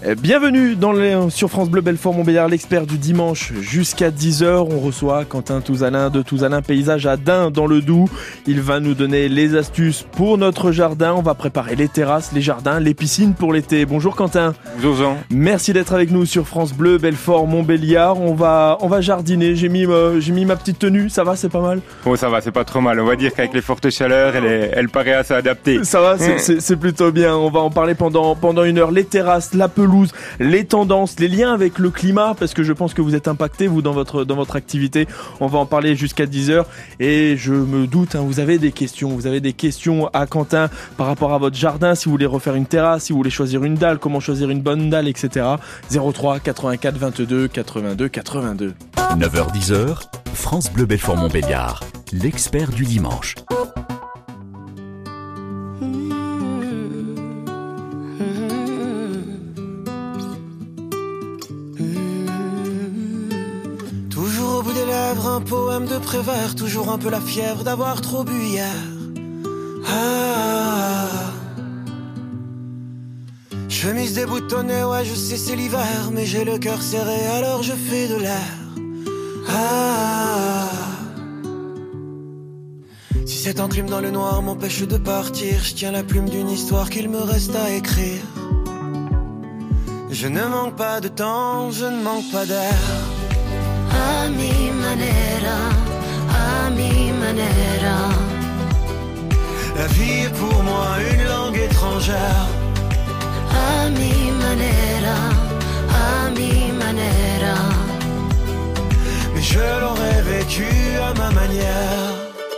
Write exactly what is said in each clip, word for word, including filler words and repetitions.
Bienvenue dans les, sur France Bleu Belfort Montbéliard, l'expert du dimanche jusqu'à dix heures. On reçoit Quentin Touzalin de Touzalin Paysage à Dun dans le Doubs. Il va nous donner les astuces pour notre jardin. On va préparer les terrasses, les jardins, les piscines pour l'été. Bonjour Quentin. Bonjour Jean. Merci d'être avec nous sur France Bleu Belfort Montbéliard. On va, on va jardiner. J'ai mis, euh, j'ai mis ma petite tenue. Ça va, c'est pas mal? Oh, ça va, c'est pas trop mal. On va dire qu'avec les fortes chaleurs, elle, est, elle paraît assez adaptée. Ça va, c'est, c'est, c'est plutôt bien. On va en parler pendant, pendant une heure. Les terrasses, la pelouse, les tendances, les liens avec le climat, parce que je pense que vous êtes impacté, vous, dans votre, dans votre activité. On va en parler jusqu'à dix heures. Et je me doute, hein, vous avez des questions. Vous avez des questions à Quentin par rapport à votre jardin, si vous voulez refaire une terrasse, si vous voulez choisir une dalle, comment choisir une bonne dalle, et cetera. zéro trois quatre-vingt-quatre vingt-deux quatre-vingt-deux quatre-vingt-deux. neuf heures dix heures, France Bleu Belfort Montbéliard, l'expert du dimanche. Toujours au bout des lèvres, un poème de Prévert, toujours un peu la fièvre d'avoir trop bu hier. Ah, chemise déboutonnée, ouais je sais c'est l'hiver, mais j'ai le cœur serré alors je fais de l'air. Ah, si cette enclume dans le noir m'empêche de partir, je tiens la plume d'une histoire qu'il me reste à écrire. Je ne manque pas de temps, je ne manque pas d'air. A mi manera, a mi manera. La vie est pour moi une langue étrangère. A mi manera, a mi manera. Mais je l'aurais vécu à ma manière.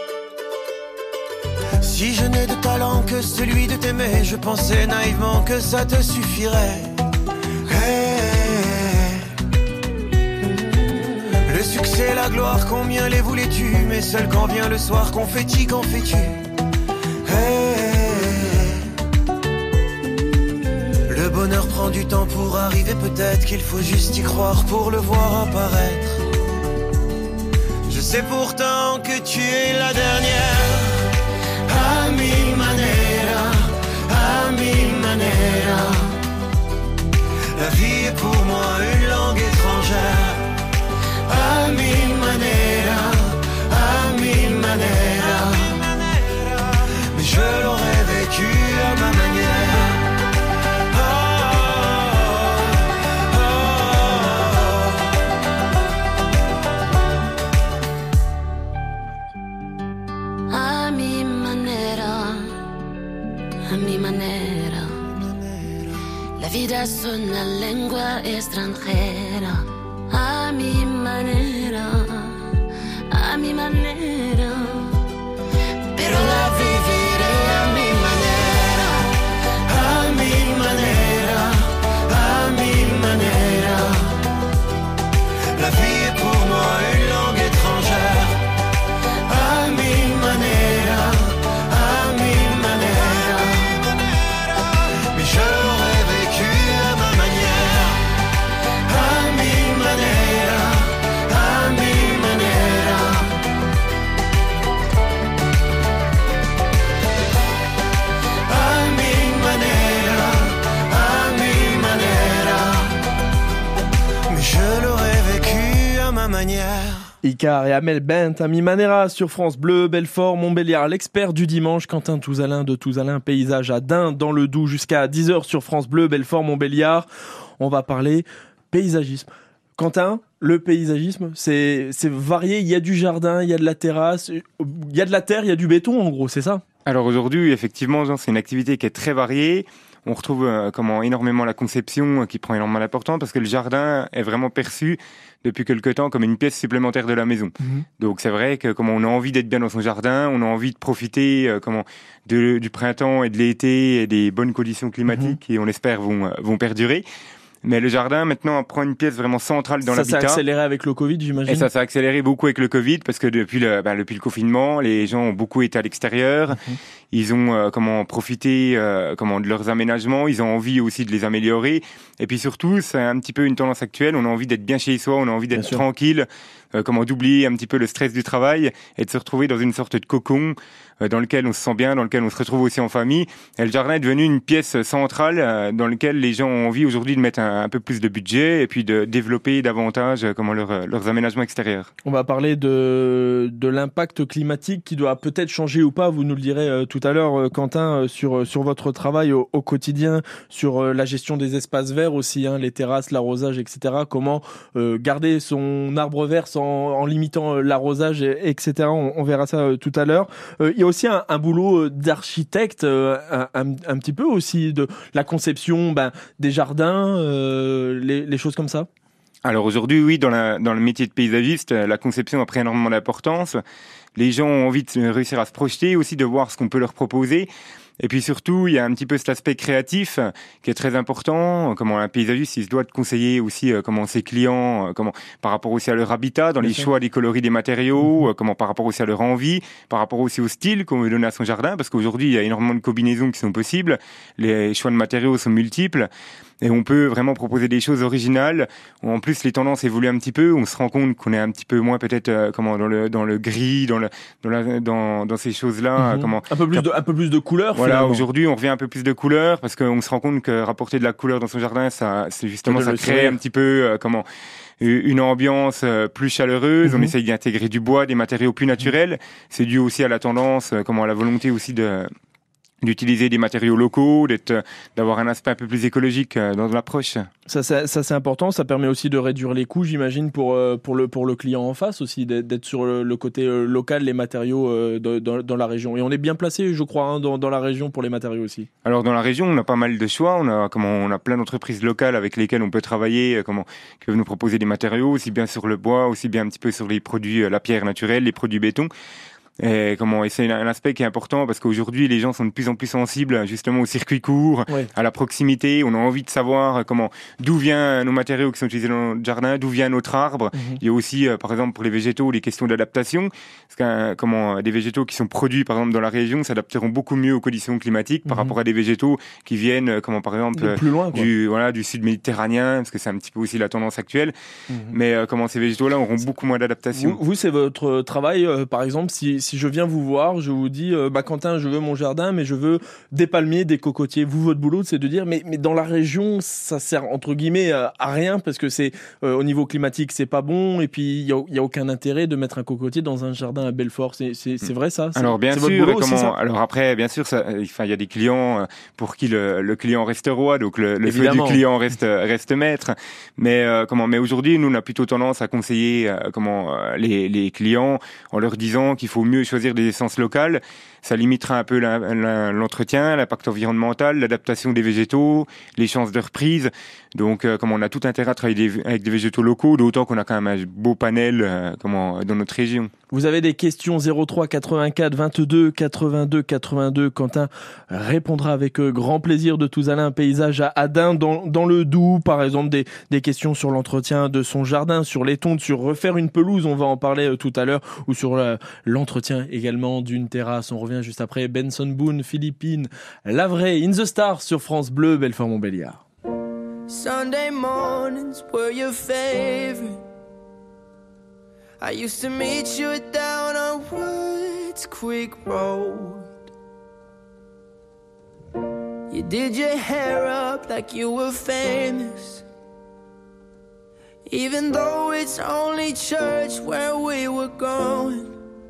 Si je n'ai de talent que celui de t'aimer, je pensais naïvement que ça te suffirait. Hey, le succès, la gloire, combien les voulais-tu? Mais seul quand vient le soir, confetti, qu'en fais-tu? Le bonheur prend du temps pour arriver, peut-être qu'il faut juste y croire pour le voir apparaître. Je sais pourtant que tu es la dernière. A mi manera, a mi manera. La vie est pour moi une langue étrangère. A mi manera, a mi manera. Mais je l'aurais vécu à ma manière. A mi manera, a mi manera. La vida es una lengua extranjera. A mi manera, a mi manera. Pero la viviré a mi manera. A mi manera, a mi manera. La vie est pour moi une langue étrangère. A mi manera, a mi manera. Mais je l'aurais vécu à ma manière. A mi manera, a mi manera. A mi manera, a mi manera. Mais je l'aurais vécu à ma manière. Icar et Amel Bent, à mi manera sur France Bleu, Belfort, Montbéliard. L'expert du dimanche, Quentin Touzalin de Touzalin Paysage à Dun dans le Doubs jusqu'à dix heures sur France Bleu, Belfort, Montbéliard. On va parler paysagisme. Quentin, le paysagisme, c'est, c'est varié. Il y a du jardin, il y a de la terrasse, il y a de la terre, il y a du béton en gros, c'est ça? Alors aujourd'hui, effectivement, Jean, c'est une activité qui est très variée. On retrouve euh, comment énormément la conception euh, qui prend énormément d'importance parce que le jardin est vraiment perçu depuis quelque temps comme une pièce supplémentaire de la maison. Mmh. Donc c'est vrai que comment on a envie d'être bien dans son jardin, on a envie de profiter euh, comment de, du printemps et de l'été et des bonnes conditions climatiques mmh. qui on l'espère vont euh, vont perdurer. Mais le jardin, maintenant, prend une pièce vraiment centrale dans ça, l'habitat. Ça s'est accéléré avec le Covid, j'imagine. Et ça s'est accéléré beaucoup avec le Covid, parce que depuis le, bah, depuis le confinement, les gens ont beaucoup été à l'extérieur. Mmh. Ils ont euh, comment profité euh, comment de leurs aménagements. Ils ont envie aussi de les améliorer. Et puis surtout, c'est un petit peu une tendance actuelle. On a envie d'être bien chez soi. On a envie d'être tranquille. euh, comment d'oublier un petit peu le stress du travail et de se retrouver dans une sorte de cocon euh, dans lequel on se sent bien, dans lequel on se retrouve aussi en famille. Et le jardin est devenu une pièce centrale euh, dans laquelle les gens ont envie aujourd'hui de mettre un, un peu plus de budget et puis de développer davantage euh, comment leur, leurs aménagements extérieurs. On va parler de, de l'impact climatique qui doit peut-être changer ou pas, vous nous le direz euh, tout à l'heure euh, Quentin, euh, sur, sur votre travail au, au quotidien, sur euh, la gestion des espaces verts aussi, hein, les terrasses, l'arrosage, et cetera. Comment euh, garder son arbre vert sans, en limitant euh, l'arrosage, et cetera. On, on verra ça euh, tout à l'heure. Euh, il y a aussi un, un boulot d'architecte, euh, un, un, un petit peu aussi de la conception ben, des jardins, euh, les, les choses comme ça. Alors aujourd'hui, oui, dans, la, dans le métier de paysagiste, la conception a pris énormément d'importance. Les gens ont envie de réussir à se projeter, aussi de voir ce qu'on peut leur proposer. Et puis surtout, il y a un petit peu cet aspect créatif qui est très important. Comment un paysagiste, il se doit de conseiller aussi euh, comment ses clients, euh, comment par rapport aussi à leur habitat, dans les choix des coloris des matériaux, euh, comment par rapport aussi à leur envie, par rapport aussi au style qu'on veut donner à son jardin, parce qu'aujourd'hui, il y a énormément de combinaisons qui sont possibles. Les choix de matériaux sont multiples. Et on peut vraiment proposer des choses originales. En plus, les tendances évoluent un petit peu. On se rend compte qu'on est un petit peu moins peut-être euh, comment dans le dans le gris, dans le dans la, dans, dans ces choses-là. Mmh. Comment un peu plus de un peu plus de couleurs. Voilà. Finalement. Aujourd'hui, on revient un peu plus de couleurs parce qu'on se rend compte que rapporter de la couleur dans son jardin, ça, c'est justement ça crée sourire. un petit peu euh, comment une ambiance euh, plus chaleureuse. Mmh. On essaye d'intégrer du bois, des matériaux plus naturels. C'est dû aussi à la tendance, euh, comment à la volonté aussi de d'utiliser des matériaux locaux, d'être, d'avoir un aspect un peu plus écologique dans l'approche. Ça, ça, ça c'est important. Ça permet aussi de réduire les coûts, j'imagine, pour pour le pour le client en face aussi, d'être sur le, le côté local, les matériaux euh, dans, dans la région. Et on est bien placé, je crois, hein, dans dans la région pour les matériaux aussi. Alors dans la région, on a pas mal de choix. On a comment on a plein d'entreprises locales avec lesquelles on peut travailler, comment qui peuvent nous proposer des matériaux aussi bien sur le bois, aussi bien un petit peu sur les produits, la pierre naturelle, les produits béton. Et comment et c'est un aspect qui est important parce qu'aujourd'hui les gens sont de plus en plus sensibles justement au circuit court, oui. à la proximité. On a envie de savoir comment d'où viennent nos matériaux qui sont utilisés dans notre jardin, d'où vient notre arbre. Mm-hmm. Il y a aussi euh, par exemple pour les végétaux les questions d'adaptation. Parce que comment des végétaux qui sont produits par exemple dans la région s'adapteront beaucoup mieux aux conditions climatiques mm-hmm. par rapport à des végétaux qui viennent euh, comment par exemple plus loin, quoi. du voilà du sud méditerranéen parce que c'est un petit peu aussi la tendance actuelle. Mm-hmm. Mais euh, comment ces végétaux-là auront beaucoup moins d'adaptation. Vous, vous c'est votre travail euh, par exemple si si je viens vous voir, je vous dis, euh, bah Quentin, je veux mon jardin, mais je veux des palmiers, des cocotiers. Vous, votre boulot, c'est de dire, mais, mais dans la région, ça sert entre guillemets à, à rien parce que c'est euh, au niveau climatique, c'est pas bon, et puis il y a, y a aucun intérêt de mettre un cocotier dans un jardin à Belfort. C'est, c'est, c'est vrai ça. C'est, alors bien c'est sûr. Votre boulot comment, aussi, ça alors après, bien sûr, ça, enfin, il y a des clients pour qui le, le client reste roi, donc le, le souhait du client reste reste maître. Mais euh, comment, mais aujourd'hui, nous, on a plutôt tendance à conseiller euh, comment euh, les, les clients en leur disant qu'il faut mieux choisir des essences locales. Ça limitera un peu la, la, l'entretien, l'impact environnemental, l'adaptation des végétaux, les chances de reprise. Donc, euh, comme on a tout intérêt à travailler des, avec des végétaux locaux, d'autant qu'on a quand même un beau panel euh, comment, dans notre région. Vous avez des questions zéro trois quatre-vingt-quatre vingt-deux quatre-vingt-deux quatre-vingt-deux. Quentin répondra avec grand plaisir de Touzalin Paysage à Adin dans, dans le Doubs. Par exemple, des, des questions sur l'entretien de son jardin, sur les tontes, sur refaire une pelouse, on va en parler tout à l'heure, ou sur la, l'entretien également d'une terrasse. On revient juste après Benson Boone, Philippines, Lavray, In the Stars sur France Bleu, Belfort-Montbéliard. Sunday mornings were your favorite. I used to meet you down on Woods Creek Road. You did your hair up like you were famous, even though it's only church where we were going.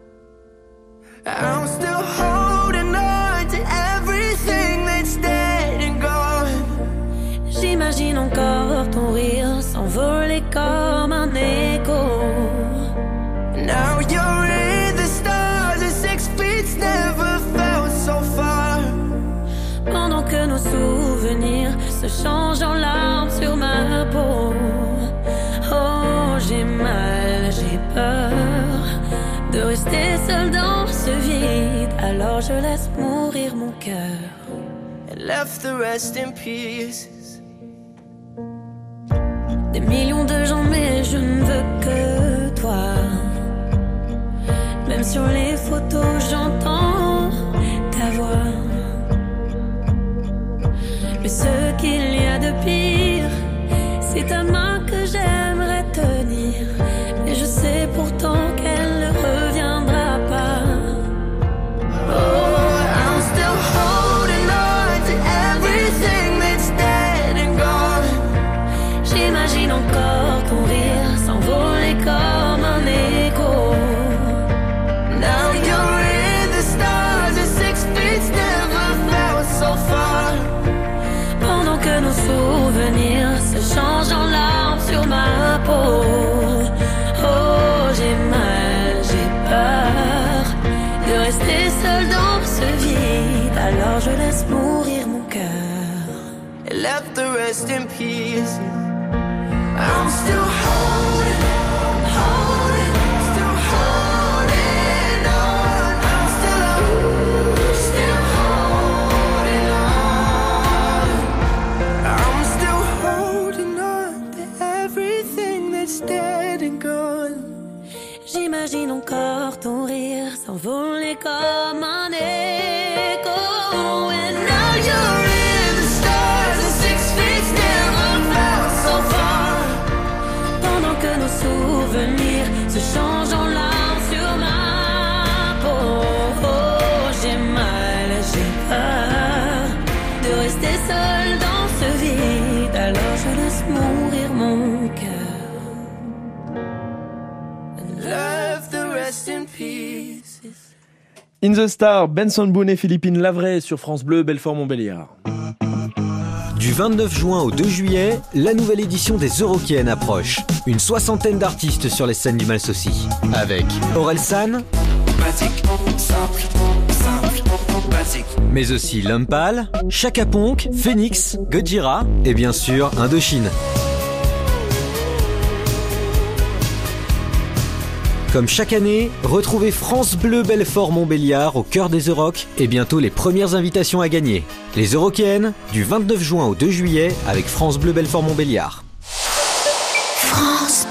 I'm still holding on to everything that's dead and gone. J'imagine encore ton rire s'envoler comme un écho. Now you're in the stars and six feet never felt so far. Pendant que nos souvenirs se changent en larmes sur ma peau. Oh, j'ai mal, j'ai peur de rester seule dans ce vide. Alors je laisse mourir mon cœur and left the rest in pieces. Des millions de gens mais je ne veux que toi. Même sur les photos j'entends ta voix. Mais ce qu'il y a de pire, c'est ta main que j'aimerais tenir. Mais je sais pour left the rest in pieces. I'm still holding, holding, still holding on. I'm still, still holding on. I'm still holding on to everything that's dead and gone. J'imagine encore ton rire s'envoler comme un écho. And now you're in the stars and six feet never felt so far. Pendant que nos souvenirs se changent en larmes sur ma peau. Oh, j'ai mal, j'ai peur de rester seule dans ce vide. Alors je laisse mourir mon cœur. Left the rest in pieces. In the Star, Benson Boone et Philippine Lavray sur France Bleu, Belfort-Montbéliard. Du vingt-neuf juin au deux juillet, la nouvelle édition des Eurokéennes approche. Une soixantaine d'artistes sur les scènes du Malsaucy. Avec Orelsan, Basique, simple, simple, basique. mais aussi L'Homme Pâle, Chaka Ponk, Phoenix, Gojira et bien sûr Indochine. Comme chaque année, retrouvez France Bleu Belfort-Montbéliard au cœur des Eurocs et bientôt les premières invitations à gagner. Les Eurokéennes, du vingt-neuf juin au deux juillet avec France Bleu Belfort-Montbéliard. France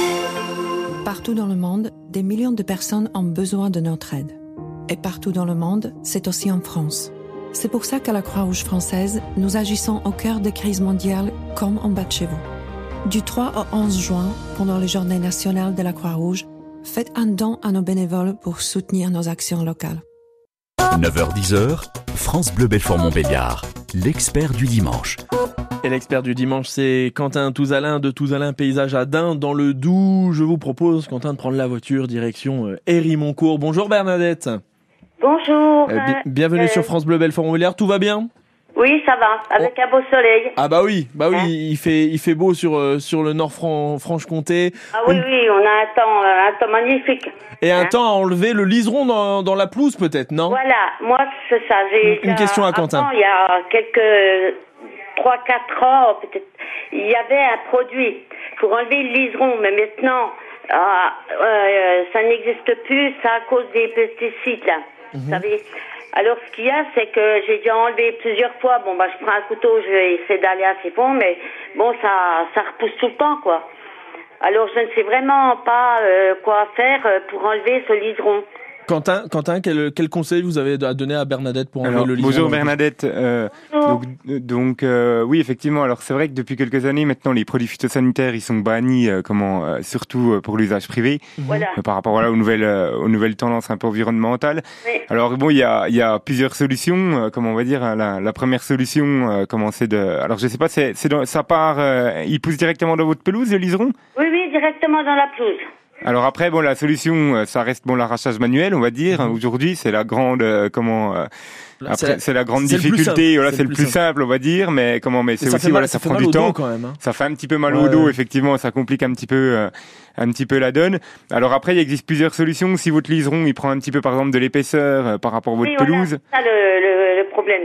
Bleu. Partout dans le monde, des millions de personnes ont besoin de notre aide. Et partout dans le monde, c'est aussi en France. C'est pour ça qu'à la Croix-Rouge française, nous agissons au cœur des crises mondiales comme en bas de chez vous. Du trois au onze juin, pendant les Journées nationales de la Croix-Rouge, faites un don à nos bénévoles pour soutenir nos actions locales. neuf heures dix, France Bleu Belfort-Montbéliard, l'expert du dimanche. Et l'expert du dimanche, c'est Quentin Touzalin de Touzalin Paysage à Dun, dans le Doubs. Je vous propose, Quentin, de prendre la voiture direction euh, Héry-Moncourt. Bonjour Bernadette. Bonjour. Euh, bi- bienvenue euh, sur France Bleu Belfort-Montbéliard. Tout va bien ? Oui, ça va, avec Oh. un beau soleil. Ah bah oui, bah oui, Hein il fait il fait beau sur euh, sur le Nord Fran- Franche-Comté. Ah oui, Une- oui, on a un temps, euh, un temps magnifique. Et un Hein temps à enlever le liseron dans dans la pelouse peut-être, non ? Voilà, moi c'est ça. J'ai Une déjà- question à Quentin. Avant, il y a quelques trois quatre ans, peut-être, il y avait un produit pour enlever le liseron, mais maintenant, ah, euh, ça n'existe plus, ça à cause des pesticides, là. Mhm. Vous savez. Alors, ce qu'il y a, c'est que j'ai déjà enlevé plusieurs fois. Bon, bah, je prends un couteau, je vais essayer d'aller assez fond, mais bon, ça, ça repousse tout le temps, quoi. Alors, je ne sais vraiment pas euh, quoi faire euh, pour enlever ce liseron. Quentin, Quentin, quel quel conseil vous avez à donner à Bernadette pour enlever Alors, le liseron ? bonjour Bernadette. Euh, Bonjour. donc, euh, donc euh, oui, effectivement. Alors, c'est vrai que depuis quelques années maintenant, les produits phytosanitaires, ils sont bannis, euh, comment, euh, surtout euh, pour l'usage privé, Voilà. euh, par rapport voilà aux nouvelles, euh, aux nouvelles tendances un peu environnementales. Oui. Alors bon, il y a, il y a plusieurs solutions. Euh, comment on va dire hein, la, la première solution, euh, comment c'est de. Alors, je sais pas, c'est, c'est dans, ça part, euh, il pousse directement dans votre pelouse le liseron. Oui, oui, directement dans la pelouse. Alors après, bon, la solution, euh, ça reste bon l'arrachage manuel, on va dire. Mhm. Aujourd'hui, c'est la grande, euh, comment. euh, Là, Après, c'est la grande c'est le plus difficulté. simple. Voilà, c'est le plus simple, on va dire. Mais comment, mais Et c'est ça aussi fait mal, voilà, ça ça fait prend mal du au dos temps. quand même. hein. Ça fait un petit peu mal au Ouais. dos, effectivement. Ça complique un petit peu, euh, un petit peu la donne. Alors après, il existe plusieurs solutions. Si votre liseron, il prend un petit peu, par exemple, de l'épaisseur euh, par rapport à votre Oui, pelouse. voilà, c'est ça le, le, le problème.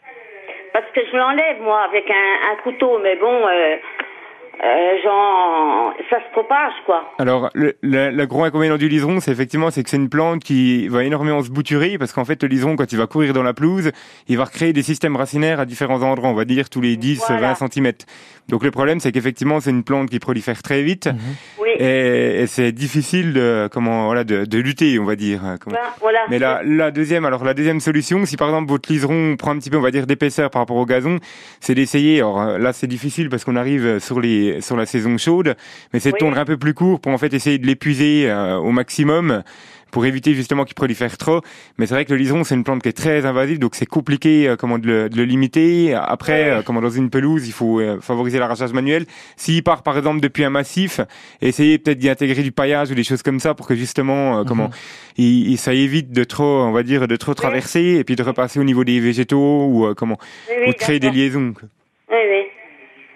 Parce que je l'enlève, moi, avec un, un couteau, mais bon, euh, euh, genre, ça se propage, quoi. Alors, le, le, le gros inconvénient du liseron, c'est effectivement, c'est que c'est une plante qui va énormément se bouturer, parce qu'en fait, le liseron, quand il va courir dans la pelouse, il va recréer des systèmes racinaires à différents endroits, on va dire tous les dix, Voilà. vingt centimètres. Donc le problème, c'est qu'effectivement, c'est une plante qui prolifère très vite, Oui. et, et c'est difficile de, comment, voilà, de, de lutter, on va dire. Comment- Ben, voilà. Mais la, la deuxième, alors la deuxième solution, si par exemple votre liseron prend un petit peu, on va dire, d'épaisseur par rapport au gazon, c'est d'essayer. Alors euh, là, c'est difficile parce qu'on arrive sur les sur la saison chaude, mais c'est de Oui. tondre un peu plus court pour en fait essayer de l'épuiser euh, au maximum pour éviter justement qu'il prolifère trop. Mais c'est vrai que le liseron, c'est une plante qui est très invasive, donc c'est compliqué euh, comment de le, de le limiter. Après, euh, comment dans une pelouse, il faut euh, favoriser l'arrachage manuel. S'il part par exemple depuis un massif, essayer peut-être d'y intégrer du paillage ou des choses comme ça pour que justement, euh, comment, il, il- ça évite de trop, on va dire, de trop traverser et puis de repasser au niveau des végétaux ou euh, comment, Oui, oui, ou de créer des d'accord. liaisons. quoi. Oui, oui.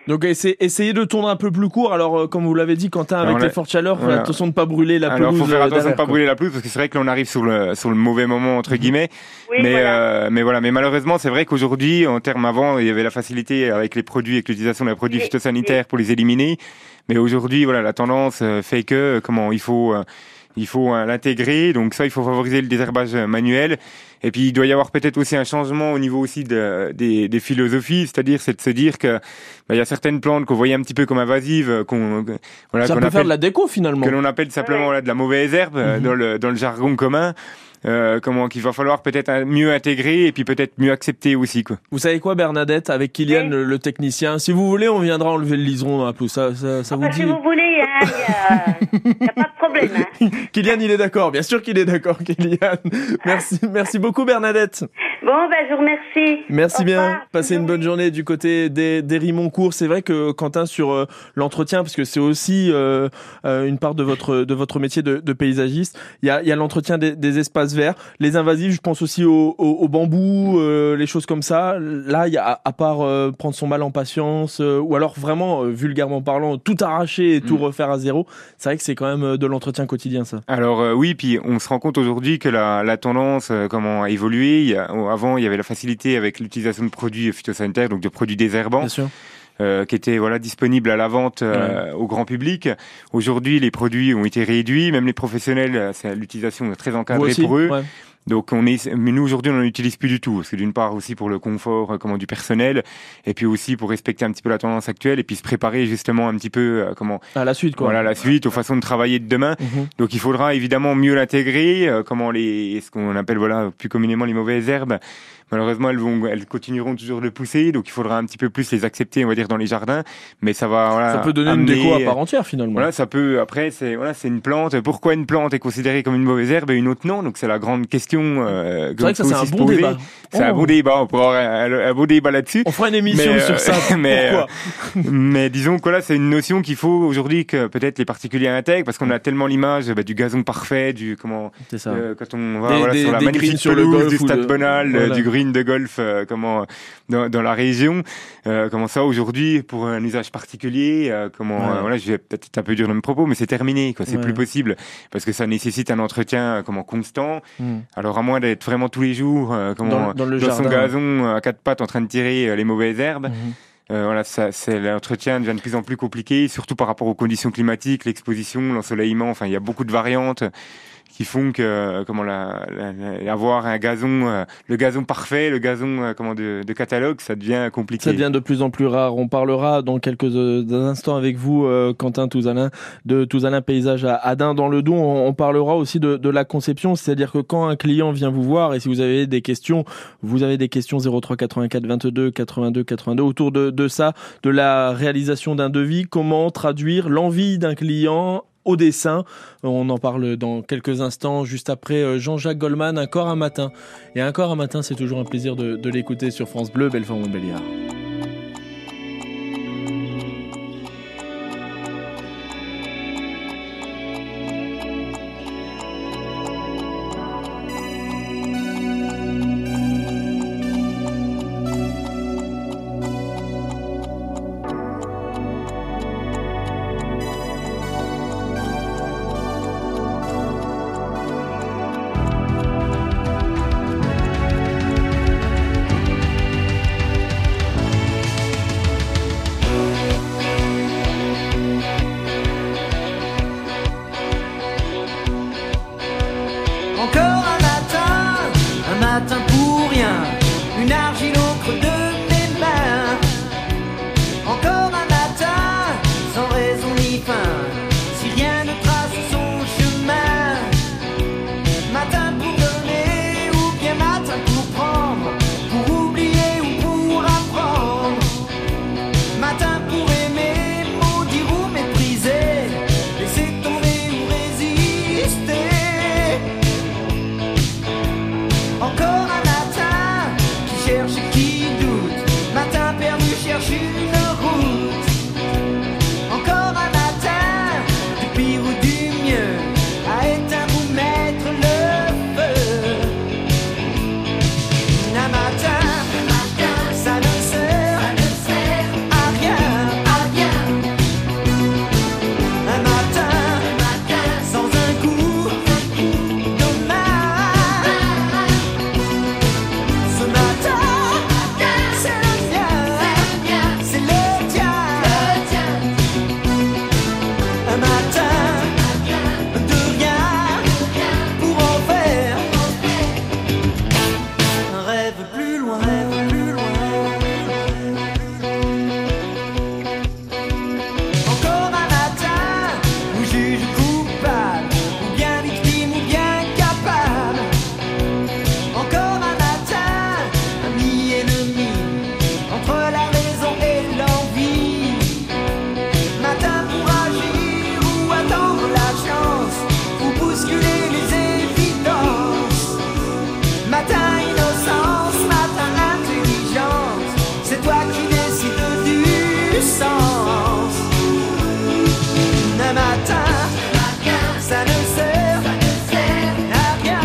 Donc essa- essayez de tourner un peu plus court. Alors euh, comme vous l'avez dit, Quentin, avec Alors, les la... fortes chaleurs, voilà. attention de ne pas brûler la Alors, pelouse. faut faire attention de ne pas quoi. brûler la pelouse parce que c'est vrai que là on arrive sur le sur le mauvais moment entre guillemets. Oui, mais voilà. euh, mais voilà, mais malheureusement c'est vrai qu'aujourd'hui en termes avant il y avait la facilité avec les produits, avec l'utilisation des produits Oui, phytosanitaires pour les éliminer. Mais aujourd'hui voilà la tendance fait que comment il faut euh, il faut euh, l'intégrer. Donc ça il faut favoriser le désherbage manuel. Et puis il doit y avoir peut-être aussi un changement au niveau aussi de, des, des philosophies, c'est-à-dire c'est de se dire que bah, il y a certaines plantes qu'on voyait un petit peu comme invasives, qu'on voilà Ça qu'on peut appelle, faire de la déco finalement. que l'on appelle simplement Ouais. voilà, de la mauvaise herbe euh, Mhm. dans le dans le jargon commun. Euh, comment qu'il va falloir peut-être un- mieux intégrer et puis peut-être mieux accepter aussi quoi. Vous savez quoi, Bernadette, avec Kylian, Oui. le, le technicien, si vous voulez, on viendra enlever le liseron dans la pelouse. Ça, ça, ça vous Enfin, dit si vous voulez, il hein, n'y a, a pas de problème. Hein. Kylian, il est d'accord. Bien sûr qu'il est d'accord, Kylian. Merci, merci beaucoup, Bernadette. Bon, ben, je vous remercie. Merci Au bien. revoir. Passez une bonne journée du côté des, des Rimoncourt. C'est vrai que Quentin, sur euh, l'entretien, parce que c'est aussi euh, euh, une part de votre de votre métier de, de paysagiste, il y a, il y a l'entretien des, des espaces verts, les invasifs. Je pense aussi au, au, au bambou, euh, les choses comme ça. Là, il y a à part euh, prendre son mal en patience, euh, ou alors vraiment euh, vulgairement parlant, tout arracher et tout Mm. refaire à zéro. C'est vrai que c'est quand même euh, de l'entretien quotidien, ça. Alors euh, oui, puis on se rend compte aujourd'hui que la, la tendance euh, comment a évolué. Il y a, avant, il y avait la facilité avec l'utilisation de produits phytosanitaires, donc de produits désherbants. Bien sûr. Euh, qui étaient voilà disponibles à la vente euh, au grand public. Aujourd'hui, les produits ont été réduits, même les professionnels, euh, c'est l'utilisation est très Vous encadrée aussi pour eux. Ouais. Donc on est, mais nous aujourd'hui on n'en utilise plus du tout, parce que d'une part aussi pour le confort euh, comment du personnel, et puis aussi pour respecter un petit peu la tendance actuelle, et puis se préparer justement un petit peu euh, comment À la suite, quoi. voilà la suite, aux façons de travailler de demain. Mhm. Donc il faudra évidemment mieux l'intégrer, euh, comment les, ce qu'on appelle voilà plus communément les mauvaises herbes. Malheureusement, elles vont, elles continueront toujours de pousser, donc il faudra un petit peu plus les accepter, on va dire, dans les jardins. Mais ça va, voilà. Ça peut donner amener, une déco à part entière, finalement. Voilà, ça peut. Après, c'est voilà, c'est une plante. Pourquoi une plante est considérée comme une mauvaise herbe et une autre non? Donc c'est la grande question. Euh, C'est vrai que ça, c'est un bon débat. C'est un Oh. bon débat. On pourra avoir un, un beau débat là-dessus. On fera une émission Mais, sur euh, ça. mais, Pourquoi Mais disons que là, c'est une notion qu'il faut aujourd'hui que peut-être les particuliers intègrent, parce qu'on a tellement l'image bah, du gazon parfait, du comment C'est ça. euh, quand on va Des- voilà, des- sur la des greens magnifique sur le pelouse golf du ou Stade le- Bonal, voilà. euh, du green de golf, euh, comment dans, dans la région, euh, comment ça aujourd'hui pour un usage particulier, euh, comment Ouais. euh, voilà, je vais peut-être être un peu dur dans mes propos, mais c'est terminé, quoi, c'est Ouais. plus possible parce que ça nécessite un entretien euh, comment constant. Hmm. Alors à moins d'être vraiment tous les jours, euh, comment Dans- dans le son jardin. gazon euh, à quatre pattes en train de tirer euh, les mauvaises herbes. Mhm. Euh, voilà, ça, c'est l'entretien devient de plus en plus compliqué, surtout par rapport aux conditions climatiques, l'exposition, l'ensoleillement. Enfin, il y a beaucoup de variantes qui font que euh, comment la, la- la- avoir un gazon, euh, le gazon parfait, le gazon euh, comment de, de catalogue, ça devient compliqué. Ça devient de plus en plus rare. On parlera dans quelques euh, instants avec vous, euh, Quentin Touzalin, de Touzalin Paysage à Adin dans le Doubs. On, on parlera aussi de, de la conception, c'est-à-dire que quand un client vient vous voir et si vous avez des questions, vous avez des questions zéro trois quatre-vingt-quatre vingt-deux quatre-vingt-deux quatre-vingt-deux autour de, de ça, de la réalisation d'un devis, comment traduire l'envie d'un client au dessin. On en parle dans quelques instants, juste après euh, Jean-Jacques Goldman, Encore un matin. Et Encore un matin, c'est toujours un plaisir de, de l'écouter sur France Bleu, Belfort-Montbéliard. Encore un matin, un matin pour rien, une argile au creux de mes mains. Encore un matin, sans raison ni fin, si rien ne trace son chemin. Matin pour donner ou bien matin pour prendre, pour oublier ou pour apprendre. Matin pour aimer, maudire ou mépriser, laisser tomber ou résister. Encore un matin qui cherche et qui doute, matin perdu cherche une route. Encore un matin, du pire ou du mieux, à éteindre ou mettre le feu. Un matin, ça ne sert à rien, du sens. Un matin, ça ne sert à rien.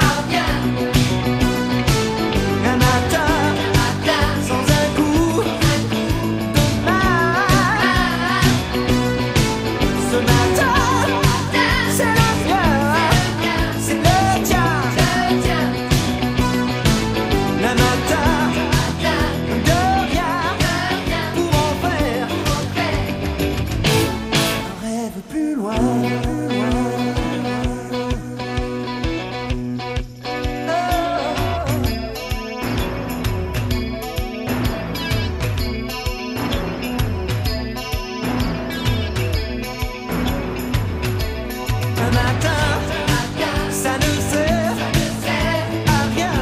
Un matin, sans un coup de main. Ce matin, c'est le mien, c'est le tien. Un matin, de rien pour en faire un rêve plus loin. Un matin, ça ne sert à rien.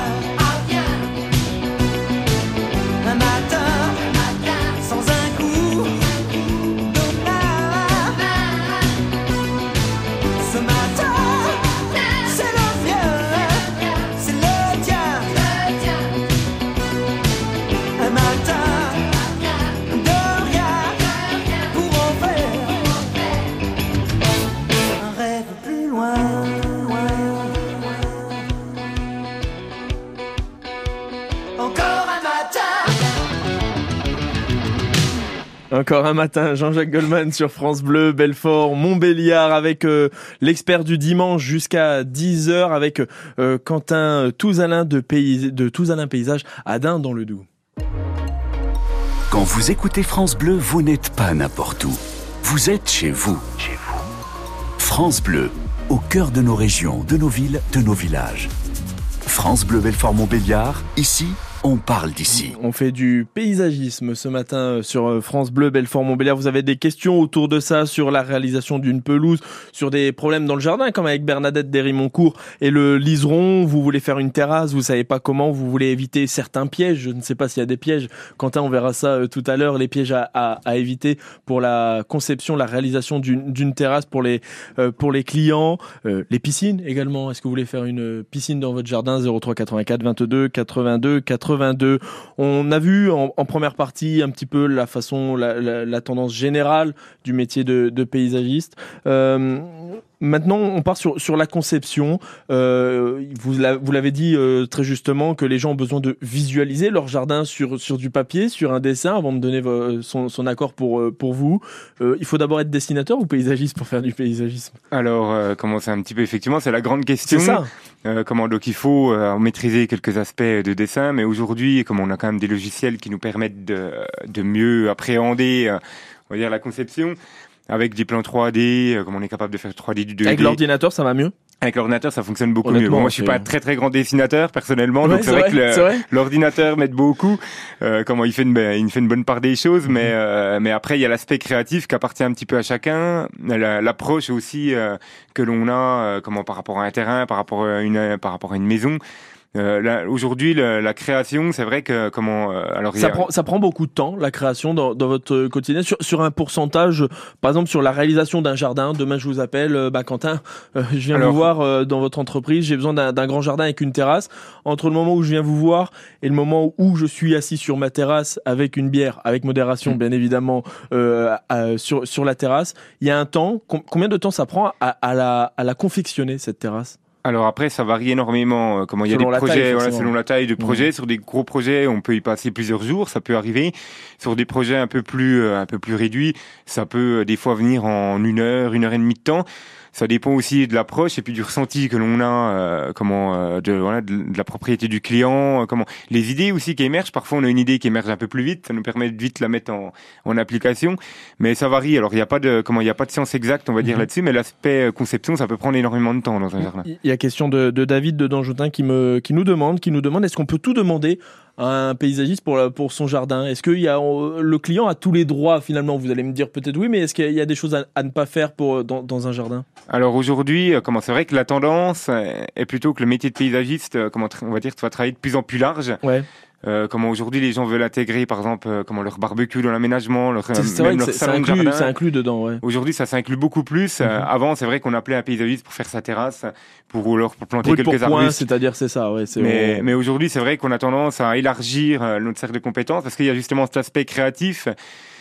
Un matin, sans un coup de main. Ce matin, c'est le mien, c'est le tien. Un matin, de rien pour en faire un rêve plus loin. Encore un matin. Encore un matin, Jean-Jacques Goldman sur France Bleu, Belfort, Montbéliard avec euh, l'expert du dimanche jusqu'à dix heures avec euh, Quentin Touzalin de, Pays, de Touzalin Paysage à Dun dans le Doubs. Quand vous écoutez France Bleu, vous n'êtes pas n'importe où. Vous êtes chez vous. Chez vous. France Bleu, au cœur de nos régions, de nos villes, de nos villages. France Bleu Belfort Montbéliard, ici, on parle d'ici. On fait du paysagisme ce matin sur France Bleu Belfort Montbéliard. Vous avez des questions autour de ça, sur la réalisation d'une pelouse, sur des problèmes dans le jardin, comme avec Bernadette Derry-Moncourt et le liseron. Vous voulez faire une terrasse, vous savez pas comment, vous voulez éviter certains pièges. Je ne sais pas s'il y a des pièges. Quentin, on verra ça euh, tout à l'heure, les pièges à, à, à éviter pour la conception, la réalisation d'une, d'une terrasse pour les, euh, pour les clients. Euh, les piscines également. Est-ce que vous voulez faire une piscine dans votre jardin? Zéro trois quatre-vingt-quatre vingt-deux quatre-vingt-deux quatre-vingt-deux. On a vu en, en première partie un petit peu la façon, la, la, la tendance générale du métier de, de paysagiste. Euh, Maintenant, on part sur sur la conception. Euh, vous la, vous l'avez dit euh, très justement que les gens ont besoin de visualiser leur jardin sur sur du papier, sur un dessin, avant de donner vo- son son accord pour pour vous. Euh, il faut d'abord être dessinateur ou paysagiste pour faire du paysagisme? Alors, euh, comment c'est un petit peu effectivement, c'est la grande question. C'est ça. Euh, comment donc il faut euh, maîtriser quelques aspects de dessin, mais aujourd'hui, comme on a quand même des logiciels qui nous permettent de de mieux appréhender, euh, on va dire la conception. Avec des plans trois D, euh, comme on est capable de faire trois D du deux D. Avec l'ordinateur, ça va mieux? Avec l'ordinateur, ça fonctionne beaucoup Honnêtement, mieux. Bon, moi, je suis c'est- pas un très très grand dessinateur personnellement, Ouais, donc c'est c'est vrai, vrai, que le- c'est vrai. l'ordinateur m'aide beaucoup. Euh, comment il fait une, il fait une bonne part des choses, mais euh, mais après il y a l'aspect créatif qui appartient un petit peu à chacun, la- l'approche aussi euh, que l'on a, euh, comment par rapport à un terrain, par rapport à une par rapport à une maison. Euh, là, aujourd'hui, le, la création, c'est vrai que comment euh, alors il y Ça a- prend, ça prend beaucoup de temps, la création dans, dans votre quotidien. Sur, sur un pourcentage, par exemple, sur la réalisation d'un jardin. Demain, je vous appelle, euh, bah, Quentin, euh, je viens Alors- vous voir euh, dans votre entreprise. J'ai besoin d'un, d'un grand jardin avec une terrasse. Entre le moment où je viens vous voir et le moment où je suis assis sur ma terrasse avec une bière, avec modération, bien évidemment, euh, à- sur, sur la terrasse, il y a un temps. Com- combien de temps ça prend à, à la, à la confectionner, cette terrasse? Alors après, ça varie énormément. euh, Comment il y a Selon des la projets, taille, voilà, forcément. selon la taille de projet. Sur des gros projets, on peut y passer plusieurs jours, ça peut arriver. Sur des projets un peu plus, euh, un peu plus réduits, ça peut euh, des fois venir en une heure, une heure et demie de temps. Ça dépend aussi de l'approche et puis du ressenti que l'on a, euh, comment, euh, de, voilà, de, de la propriété du client, euh, comment, les idées aussi qui émergent. Parfois, on a une idée qui émerge un peu plus vite, ça nous permet de vite la mettre en, en application. Mais ça varie. Alors, il n'y a pas de, comment, il n'y a pas de science exacte, on va dire Mhm. là-dessus, mais l'aspect conception, ça peut prendre énormément de temps dans un jardin. Il y a question de, de David de Danjoutin qui me qui nous demande qui nous demande est-ce qu'on peut tout demander à un paysagiste pour la- pour son jardin? Est-ce que il y a euh, le client a tous les droits finalement? Vous allez me dire peut-être oui, mais est-ce qu'il y a des choses à, à ne pas faire pour dans, dans un jardin? Alors aujourd'hui, euh, comment c'est vrai que la tendance euh, est plutôt que le métier de paysagiste, euh, comment tra- on va dire, tu vas travailler de plus en plus large. Ouais. Euh, comment aujourd'hui les gens veulent intégrer, par exemple, euh, comment leur barbecue dans l'aménagement, leur, C'est, euh, c'est vrai même que leur c'est, c'est salon de inclus, jardin. c'est inclus dedans, ouais. Aujourd'hui, ça s'inclut beaucoup plus. Euh, Mhm. avant, c'est vrai qu'on appelait un paysagiste pour faire sa terrasse, pour ou alors pour planter Brut pour quelques point, arbustes. c'est-à-dire c'est ça, ouais. C'est Mais, on- mais aujourd'hui, c'est vrai qu'on a tendance à élargir euh, notre cercle de compétences parce qu'il y a justement cet aspect créatif.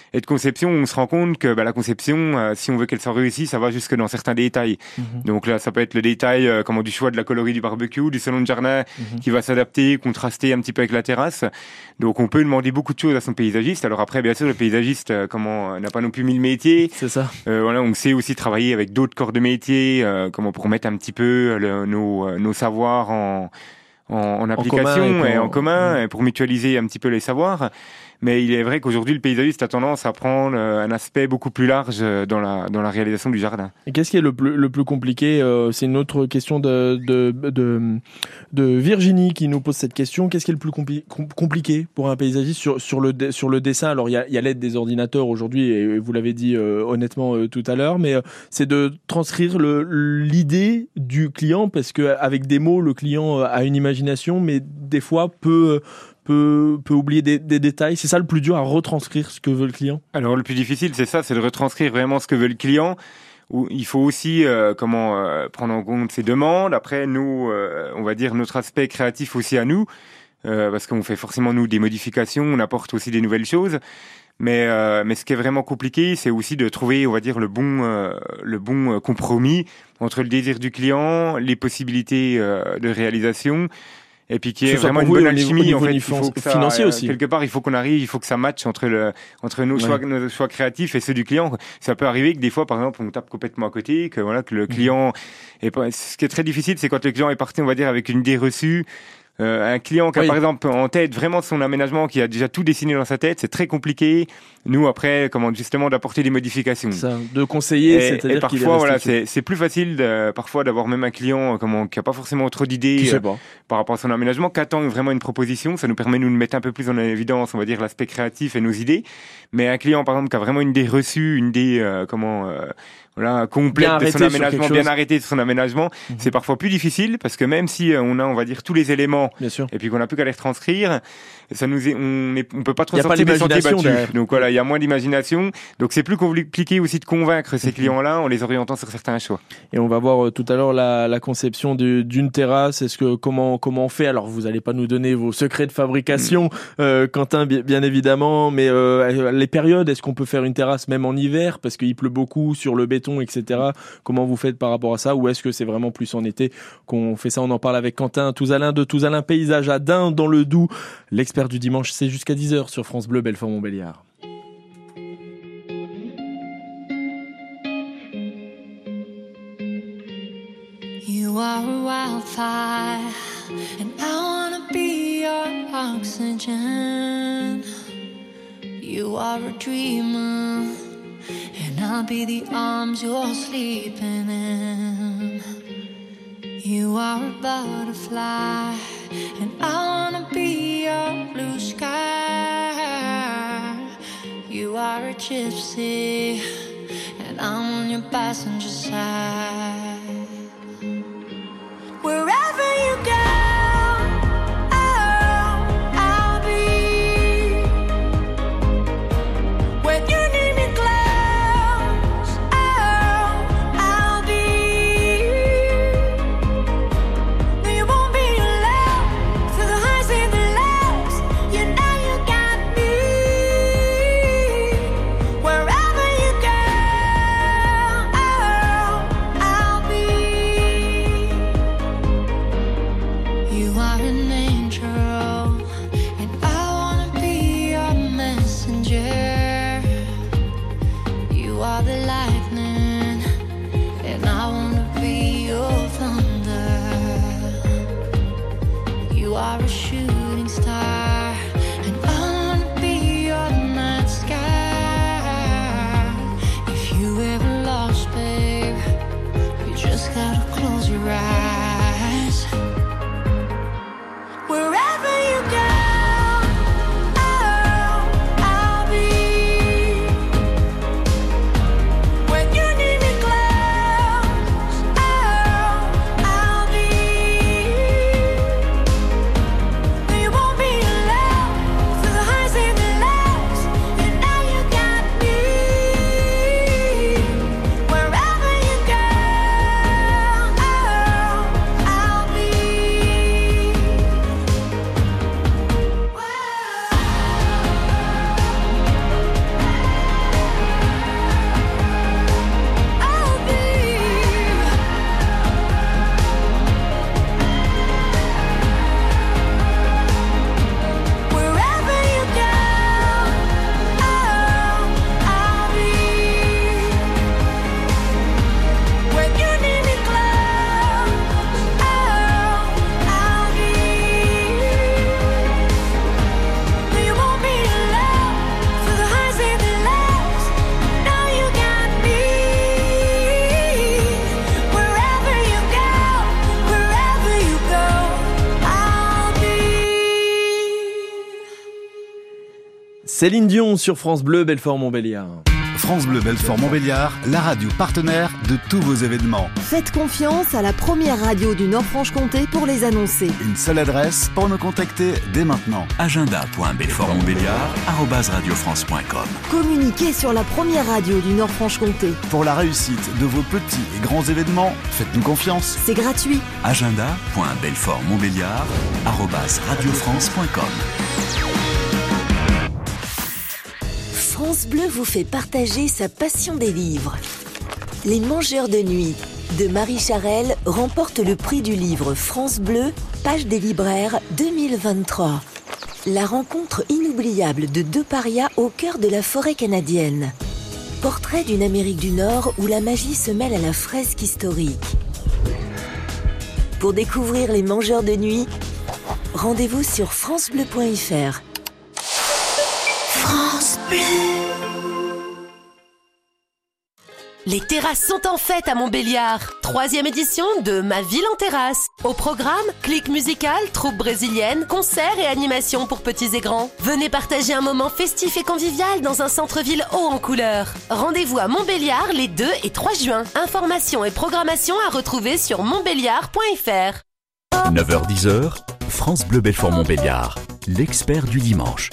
et de conception, on se rend compte que bah, la conception, euh, si on veut qu'elle soit réussie, ça va jusque dans certains détails. Mmh. Donc là, ça peut être le détail euh, comment, du choix de la colorie du barbecue, du salon de jardin mmh. qui va s'adapter, contraster un petit peu avec la terrasse. Donc on peut demander beaucoup de choses à son paysagiste. Alors après, bien sûr, le paysagiste euh, comment, euh, n'a pas non plus mille métiers. C'est ça. Euh, voilà, on sait aussi travailler avec d'autres corps de métier, euh, comment, pour mettre un petit peu le, nos, euh, nos savoirs en, en, en application en et, et en commun, mmh. pour mutualiser un petit peu les savoirs. Mais il est vrai qu'aujourd'hui, le paysagiste a tendance à prendre un aspect beaucoup plus large dans la, dans la réalisation du jardin. Et qu'est-ce qui est le plus, le plus compliqué ? euh, C'est une autre question de, de, de, de Virginie qui nous pose cette question. Qu'est-ce qui est le plus compli- compliqué pour un paysagiste sur, sur, le, sur le dessin ? Alors, il y a, il y a l'aide des ordinateurs aujourd'hui, et vous l'avez dit euh, honnêtement euh, tout à l'heure, mais euh, c'est de transcrire le, l'idée du client, parce qu'avec des mots, le client a une imagination, mais des fois peut... Peut, peut oublier des, des détails. C'est ça le plus dur à retranscrire ce que veut le client ? Alors le plus difficile, c'est ça, c'est de retranscrire vraiment ce que veut le client. Où il faut aussi euh, comment euh, prendre en compte ses demandes. Après, nous, euh, on va dire notre aspect créatif aussi à nous, euh, parce qu'on fait forcément nous des modifications, on apporte aussi des nouvelles choses. Mais euh, mais ce qui est vraiment compliqué, c'est aussi de trouver, on va dire, le bon euh, le bon compromis entre le désir du client, les possibilités euh, de réalisation. Et puis qui est vraiment une bonne alchimie, en fait, il faut que ça, financier aussi. Quelque part, il faut qu'on arrive, il faut que ça matche entre le, entre nos choix, ouais. nos choix créatifs et ceux du client. Ça peut arriver que des fois, par exemple, on tape complètement à côté, que voilà, que le client est pas, ce qui est très difficile, c'est quand le client est parti, on va dire, avec une idée reçue. Euh, un client qui a oui. par exemple en tête vraiment son aménagement, qui a déjà tout dessiné dans sa tête, c'est très compliqué. Nous après, comment justement d'apporter des modifications, ça, de conseiller, et, c'est-à-dire et parfois qu'il voilà, c'est, c'est plus facile de, parfois d'avoir même un client comment, qui a pas forcément trop d'idées euh, par rapport à son aménagement, qu'attend vraiment une proposition. Ça nous permet nous de mettre un peu plus en évidence, on va dire, l'aspect créatif et nos idées. Mais un client par exemple qui a vraiment une idée reçue, une idée euh, comment euh, voilà, complète de son aménagement, bien arrêté de son aménagement, mmh. c'est parfois plus difficile, parce que même si on a, on va dire, tous les éléments, bien sûr. Et puis qu'on n'a plus qu'à les retranscrire, ça nous est, on est, on peut pas trop sortir des sentiers battus. Derrière. Donc voilà, il y a moins d'imagination. Donc c'est plus compliqué aussi de convaincre ces mmh. clients-là en les orientant sur certains choix. Et on va voir euh, tout à l'heure la, la conception de, d'une terrasse. Est-ce que comment comment on fait ? Alors vous allez pas nous donner vos secrets de fabrication, mmh. euh, Quentin, bien, bien évidemment, mais euh, les périodes, est-ce qu'on peut faire une terrasse même en hiver parce qu'il pleut beaucoup sur le béton, et cetera. Comment vous faites par rapport à ça ? Ou est-ce que c'est vraiment plus en été qu'on fait ça ? On en parle avec Quentin Touzalin de Touzalin Paysage à Dun dans le Doubs. L'expert du dimanche, c'est jusqu'à dix heures sur France Bleu Belfort-Montbéliard. You are a wildfire and I wanna be your oxygen. You are a dreamer and I'll be the arms you're sleeping in. You are a butterfly and I wanna be your blue sky. You are a gypsy and I'm on your passenger side. Wherever you go, I'll be Céline Dion sur France Bleu, Belfort-Montbéliard. France Bleu Belfort-Montbéliard, la radio partenaire de tous vos événements. Faites confiance à la première radio du Nord-Franche-Comté pour les annoncer. Une seule adresse pour nous contacter dès maintenant. agenda point belfort montbéliard arobase radio france point com. Communiquez sur la première radio du Nord-Franche-Comté. Pour la réussite de vos petits et grands événements, faites-nous confiance. C'est gratuit. agenda point belfort montbéliard arobase radio france point com. France Bleu vous fait partager sa passion des livres. Les Mangeurs de nuit de Marie Charelle remporte le prix du livre France Bleu, page des libraires deux mille vingt-trois. La rencontre inoubliable de deux parias au cœur de la forêt canadienne. Portrait d'une Amérique du Nord où la magie se mêle à la fresque historique. Pour découvrir Les Mangeurs de nuit, rendez-vous sur francebleu point f r. France Bleu. Les terrasses sont en fête à Montbéliard. Troisième édition de Ma Ville en Terrasse. Au programme, clic musical, troupe brésilienne, concerts et animations pour petits et grands. Venez partager un moment festif et convivial dans un centre-ville haut en couleurs. Rendez-vous à Montbéliard les deux et trois juin. Informations et programmation à retrouver sur montbéliard point f r. neuf heures dix, France Bleu Belfort-Montbéliard, l'expert du dimanche.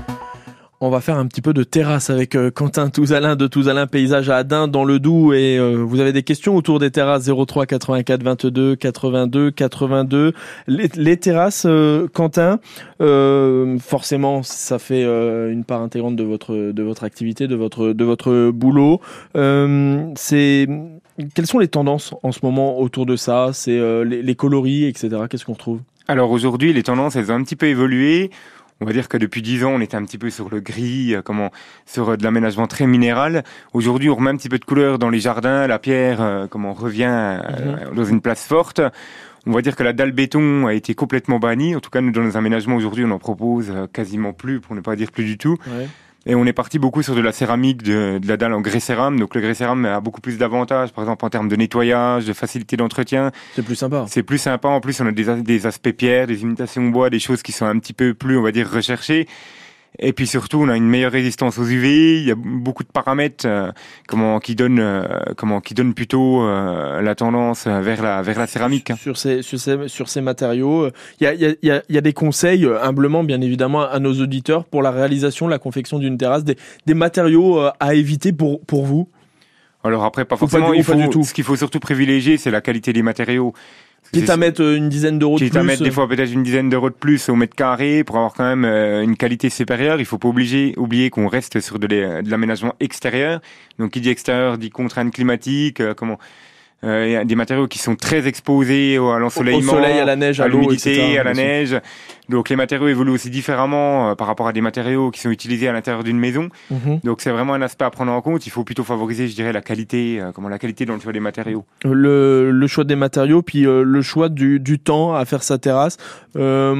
On va faire un petit peu de terrasse avec euh, Quentin Touzalin de Touzalin Paysage à Adin dans le Doubs et euh, vous avez des questions autour des terrasses zéro trois quatre-vingt-quatre vingt-deux quatre-vingt-deux quatre-vingt-deux. Les, les terrasses, euh, Quentin, euh, forcément ça fait euh, une part intégrante de votre de votre activité, de votre de votre boulot. Euh, c'est quelles sont les tendances en ce moment autour de ça? C'est euh, les, les coloris, et cetera. Qu'est-ce qu'on retrouve? Alors aujourd'hui, les tendances elles ont un petit peu évolué. On va dire que depuis dix ans, on était un petit peu sur le gris, euh, comment, sur euh, de l'aménagement très minéral. Aujourd'hui, on remet un petit peu de couleur dans les jardins. La pierre, euh, comment, revient euh, mm-hmm. dans une place forte. On va dire que la dalle béton a été complètement bannie. En tout cas, nous, dans nos aménagements aujourd'hui, on en propose euh, quasiment plus, pour ne pas dire plus du tout. Ouais. Et on est parti beaucoup sur de la céramique, de, de la dalle en grès cérame. Donc le grès cérame a beaucoup plus d'avantages, par exemple en termes de nettoyage, de facilité d'entretien. C'est plus sympa. C'est plus sympa. En plus, on a des, des aspects pierre, des imitations bois, des choses qui sont un petit peu plus, on va dire, recherchées. Et puis surtout, on a une meilleure résistance aux U V. Il y a beaucoup de paramètres euh, comment qui donnent euh, comment qui donnent plutôt euh, la tendance vers la vers la céramique. Sur ces sur ces sur ces matériaux, il y a il y a il y a des conseils humblement bien évidemment à nos auditeurs pour la réalisation, la confection d'une terrasse, des des matériaux à éviter pour pour vous. Alors après, pas forcément. Pas du, il faut, pas du tout. Ce qu'il faut surtout privilégier, c'est la qualité des matériaux. Quitte à mettre une dizaine d'euros de plus. Quitte à mettre des fois peut-être une dizaine d'euros de plus au mètre carré pour avoir quand même euh, une qualité supérieure. Il faut pas obliger, oublier qu'on reste sur de, les, de l'aménagement extérieur. Donc qui dit extérieur dit contrainte climatique. Euh, comment euh, y a des matériaux qui sont très exposés au, à l'ensoleillement, au soleil, à la neige, à, à l'humidité, à la neige. Donc les matériaux évoluent aussi différemment euh, par rapport à des matériaux qui sont utilisés à l'intérieur d'une maison. Mm-hmm. Donc c'est vraiment un aspect à prendre en compte. Il faut plutôt favoriser, je dirais, la qualité, euh, comment la qualité dans le choix des matériaux. Le, le choix des matériaux, puis euh, le choix du, du temps à faire sa terrasse. Il euh,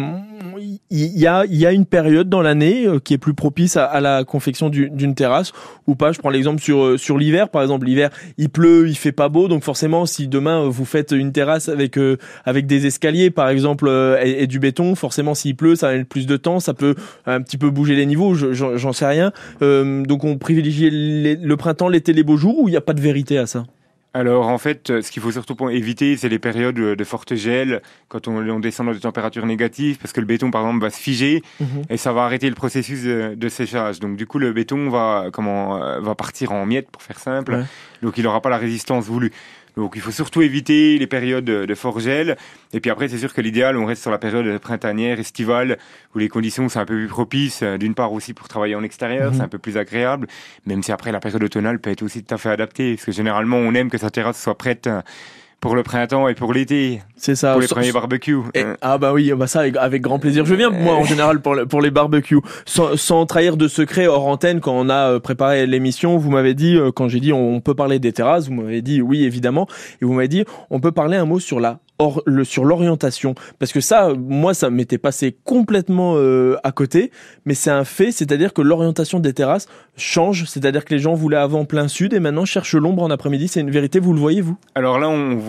y a, il y a une période dans l'année euh, qui est plus propice à, à la confection du, d'une terrasse ou pas. Je prends l'exemple sur sur l'hiver, par exemple. L'hiver, il pleut, il fait pas beau, donc forcément, si demain vous faites une terrasse avec euh, avec des escaliers, par exemple, euh, et, et du béton, forcément s'il pleut, ça va mettre plus de temps, ça peut un petit peu bouger les niveaux, je, j'en, j'en sais rien. Euh, donc on privilégie les, le printemps, l'été, les beaux jours, ou il n'y a pas de vérité à ça? Alors en fait, ce qu'il faut surtout éviter, c'est les périodes de forte gel, quand on, on descend dans des températures négatives, parce que le béton, par exemple, va se figer mmh. et ça va arrêter le processus de, de séchage. Donc du coup, le béton va, comment, va partir en miettes, pour faire simple. Ouais. Donc il n'aura pas la résistance voulue. Donc il faut surtout éviter les périodes de fort gel. Et puis après, c'est sûr que l'idéal, on reste sur la période printanière, estivale, où les conditions sont un peu plus propices. D'une part aussi pour travailler en extérieur, mmh. c'est un peu plus agréable. Même si après, la période automnale peut être aussi tout à fait adaptée. Parce que généralement, on aime que sa terrasse soit prête pour le printemps et pour l'été. C'est ça. Pour les premiers barbecues. Et, ah bah oui, bah ça avec, avec grand plaisir. Je viens moi en général pour le, pour les barbecues. Sans, sans trahir de secret hors antenne, quand on a préparé l'émission, vous m'avez dit, quand j'ai dit on peut parler des terrasses, vous m'avez dit oui évidemment, et vous m'avez dit on peut parler un mot sur la Or, le, sur l'orientation, parce que ça, moi, ça m'était passé complètement euh, à côté, mais c'est un fait, c'est-à-dire que l'orientation des terrasses change, c'est-à-dire que les gens voulaient avant plein sud et maintenant cherchent l'ombre en après-midi, c'est une vérité, vous le voyez, vous? Alors là, on voit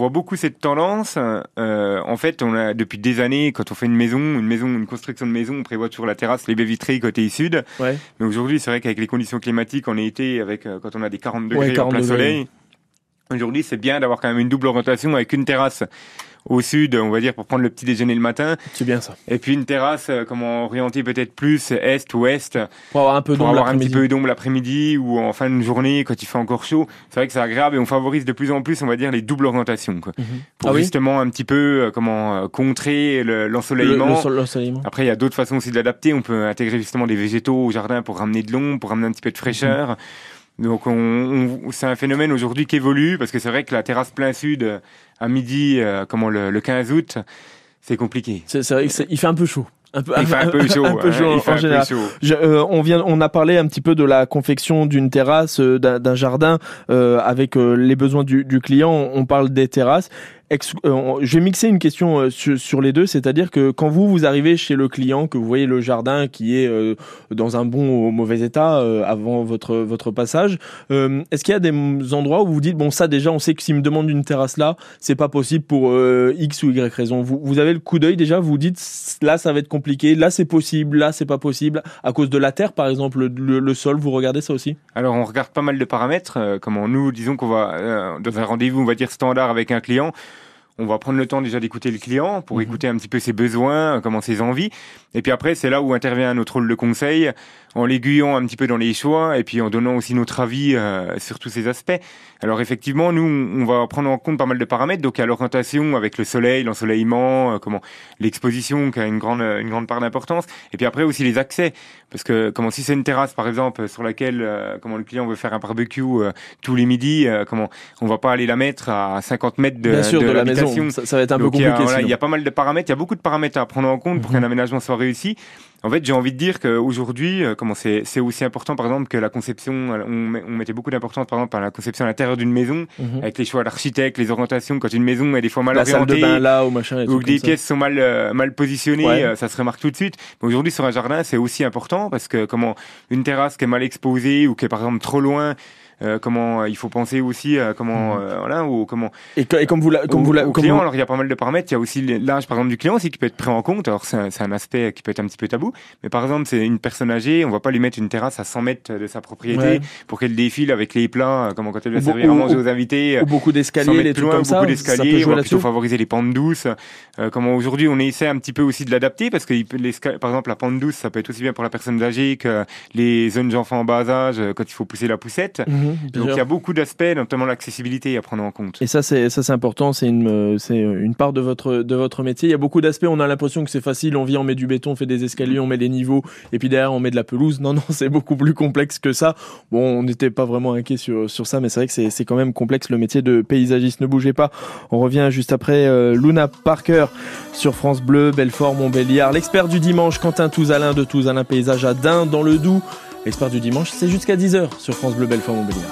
voit beaucoup cette tendance. Euh, en fait, on a depuis des années, quand on fait une maison, une maison, une construction de maison, on prévoit toujours la terrasse, les baies vitrées côté sud. Ouais. Mais aujourd'hui, c'est vrai qu'avec les conditions climatiques, en été, avec euh, quand on a des quarante degrés ouais, quarante en plein degrés. soleil, aujourd'hui, c'est bien d'avoir quand même une double orientation avec une terrasse au sud, on va dire, pour prendre le petit déjeuner le matin. C'est bien ça. Et puis une terrasse, euh, comment orienter peut-être plus est, ouest. Pour avoir un peu pour d'ombre avoir un l'après-midi. petit peu d'ombre l'après-midi ou en fin de journée quand il fait encore chaud. C'est vrai que c'est agréable et on favorise de plus en plus, on va dire, les doubles orientations, quoi. Mm-hmm. Pour ah justement oui un petit peu, euh, comment, euh, contrer le, l'ensoleillement. Le, le, l'ensoleillement. Après, il y a d'autres façons aussi de l'adapter. On peut intégrer justement des végétaux au jardin pour ramener de l'ombre, pour ramener un petit peu de fraîcheur. Mm-hmm. Donc, on, on, c'est un phénomène aujourd'hui qui évolue parce que c'est vrai que la terrasse plein sud à midi, euh, comment le, le quinze août, c'est compliqué. C'est, c'est vrai qu'il fait un peu chaud. Un peu, il fait un peu chaud. un peu chaud hein, en, il fait en un général. peu chaud. Je, euh, on vient, on a parlé un petit peu de la confection d'une terrasse, euh, d'un, d'un jardin euh, avec euh, les besoins du, du client. On parle des terrasses. Ex- euh, je vais mixer une question euh, sur, sur les deux, c'est-à-dire que quand vous vous arrivez chez le client, que vous voyez le jardin qui est euh, dans un bon ou mauvais état euh, avant votre votre passage, euh, est-ce qu'il y a des endroits où vous vous dites bon ça déjà on sait que s'il me demande une terrasse là, c'est pas possible pour euh, X ou Y raison. Vous vous avez le coup d'œil déjà, vous vous dites là ça va être compliqué, là c'est possible, là c'est pas possible à cause de la terre par exemple, le, le sol, vous regardez ça aussi? Alors on regarde pas mal de paramètres, euh, comment nous disons qu'on va euh, dans un rendez-vous on va dire standard avec un client. On va prendre le temps déjà d'écouter le client pour mmh. écouter un petit peu ses besoins, comment ses envies. Et puis après, c'est là où intervient notre rôle de conseil, en l'aiguillant un petit peu dans les choix et puis en donnant aussi notre avis euh, sur tous ces aspects. Alors effectivement, nous, on va prendre en compte pas mal de paramètres. Donc à l'orientation avec le soleil, l'ensoleillement, euh, comment l'exposition qui a une grande une grande part d'importance. Et puis après aussi les accès, parce que comment si c'est une terrasse par exemple sur laquelle euh, comment le client veut faire un barbecue euh, tous les midis, euh, comment on va pas aller la mettre à cinquante mètres de, Bien sûr, de, de la maison. Ça, ça va être un Donc peu compliqué. Il y, a, voilà, il y a pas mal de paramètres, il y a beaucoup de paramètres à prendre en compte pour mmh. qu'un aménagement soit réussi. En fait, j'ai envie de dire qu'aujourd'hui, euh, comment c'est, c'est aussi important, par exemple, que la conception, on, met, on mettait beaucoup d'importance, par exemple, à la conception à l'intérieur d'une maison, mmh. avec les choix d'architecte, les orientations. Quand une maison est des fois mal la orientée, salle de bain là, ou machin, et ou que des ça. pièces sont mal euh, mal positionnées, ouais. euh, ça se remarque tout de suite. Mais aujourd'hui, sur un jardin, c'est aussi important parce que comment une terrasse qui est mal exposée ou qui est par exemple trop loin. Euh, comment il faut penser aussi euh, comment euh, voilà ou comment et, et comme vous la, comme au, vous la, au comme client vous... alors il y a pas mal de paramètres, il y a aussi l'âge par exemple du client aussi qui peut être pris en compte. Alors c'est un, c'est un aspect qui peut être un petit peu tabou, mais par exemple c'est une personne âgée, on va pas lui mettre une terrasse à cent mètres de sa propriété ouais. pour qu'elle défile avec les plats comment quand elle va servir à manger aux invités ou beaucoup d'escaliers, les trucs loin, comme ça, beaucoup d'escaliers, ça on va plutôt favoriser les pentes douces. Euh, comment aujourd'hui on essaie un petit peu aussi de l'adapter parce que par exemple la pente douce ça peut être aussi bien pour la personne âgée que les jeunes enfants en bas âge quand il faut pousser la poussette. Mmh, donc il y a beaucoup d'aspects, notamment l'accessibilité à prendre en compte. Et ça, c'est ça, c'est important. C'est une, c'est une part de votre de votre métier. Il y a beaucoup d'aspects. On a l'impression que c'est facile. On vient, on met du béton, on fait des escaliers, on met les niveaux, et puis derrière on met de la pelouse. Non, non, c'est beaucoup plus complexe que ça. Bon, on n'était pas vraiment inquiet sur sur ça, mais c'est vrai que c'est c'est quand même complexe le métier de paysagiste. Ne bougez pas. On revient juste après. Euh, Luna Parker sur France Bleu, Belfort, Montbéliard. L'expert du dimanche, Quentin Touzalin de Touzalin Paysage à Dain dans le Doubs. L'expert du dimanche, c'est jusqu'à dix heures sur France Bleu, Belfort, Montbéliard.